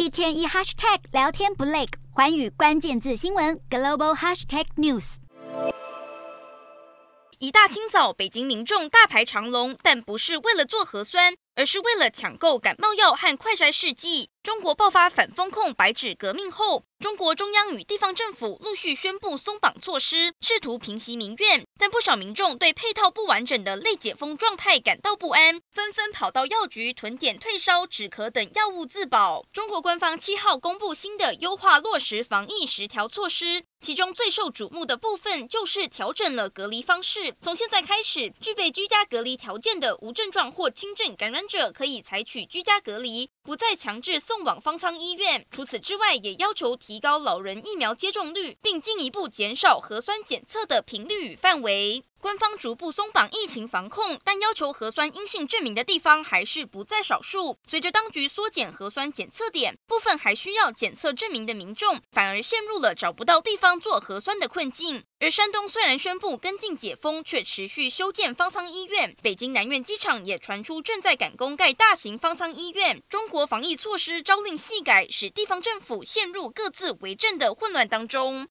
一天一 hashtag 聊天不累，寰宇关键字新闻 global hashtag news。 一大清早，北京民众大排长龙，但不是为了做核酸，而是为了抢购感冒药和快筛试剂。中国爆发反封控白纸革命后，中国中央与地方政府陆续宣布松绑措施，试图平息民怨。但不少民众对配套不完整的类解封状态感到不安，纷纷跑到药局囤点退烧、止咳等药物自保。中国官方7号公布新的优化落实防疫10条措施，其中最受瞩目的部分就是调整了隔离方式。从现在开始，具备居家隔离条件的无症状或轻症感染者可以采取居家隔离，不再强制送往方舱医院。除此之外，也要求提高老人疫苗接种率，并进一步减少核酸检测的频率与范围。官方逐步松绑疫情防控，但要求核酸阴性证明的地方还是不在少数。随着当局缩减核酸检测点，部分还需要检测证明的民众反而陷入了找不到地方做核酸的困境。而山东虽然宣布跟进解封，却持续修建方舱医院。北京南苑机场也传出正在赶工盖大型方舱医院。中国防疫措施朝令夕改，使地方政府陷入各自为政的混乱当中。